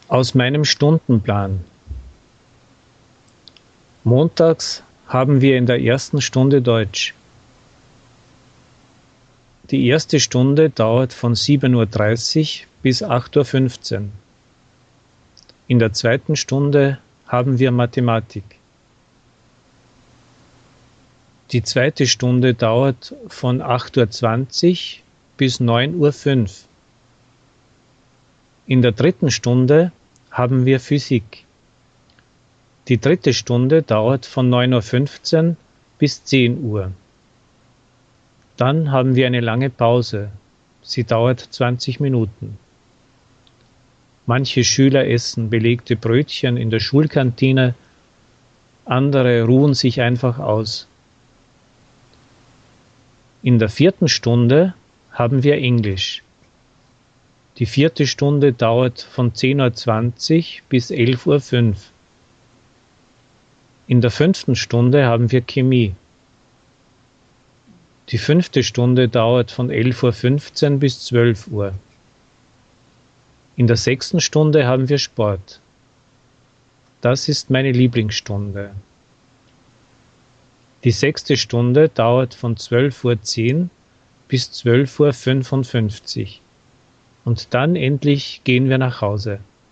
Aus meinem Stundenplan. Montags haben wir in der ersten Stunde Deutsch. Die erste Stunde dauert von 7:30 Uhr bis 8:15 Uhr. In der zweiten Stunde haben wir Mathematik. Die zweite Stunde dauert von 8:20 Uhr bis 9:05 Uhr. In der dritten Stunde haben wir Physik. Die dritte Stunde dauert von 9:15 Uhr bis 10 Uhr. Dann haben wir eine lange Pause. Sie dauert 20 Minuten. Manche Schüler essen belegte Brötchen in der Schulkantine, andere ruhen sich einfach aus. In der vierten Stunde haben wir Englisch. Die vierte Stunde dauert von 10:20 Uhr bis 11:05 Uhr. In der fünften Stunde haben wir Chemie. Die fünfte Stunde dauert von 11:15 Uhr bis 12 Uhr. In der sechsten Stunde haben wir Sport. Das ist meine Lieblingsstunde. Die sechste Stunde dauert von 12:10 Uhr bis 12:55 Uhr. Und dann endlich gehen wir nach Hause.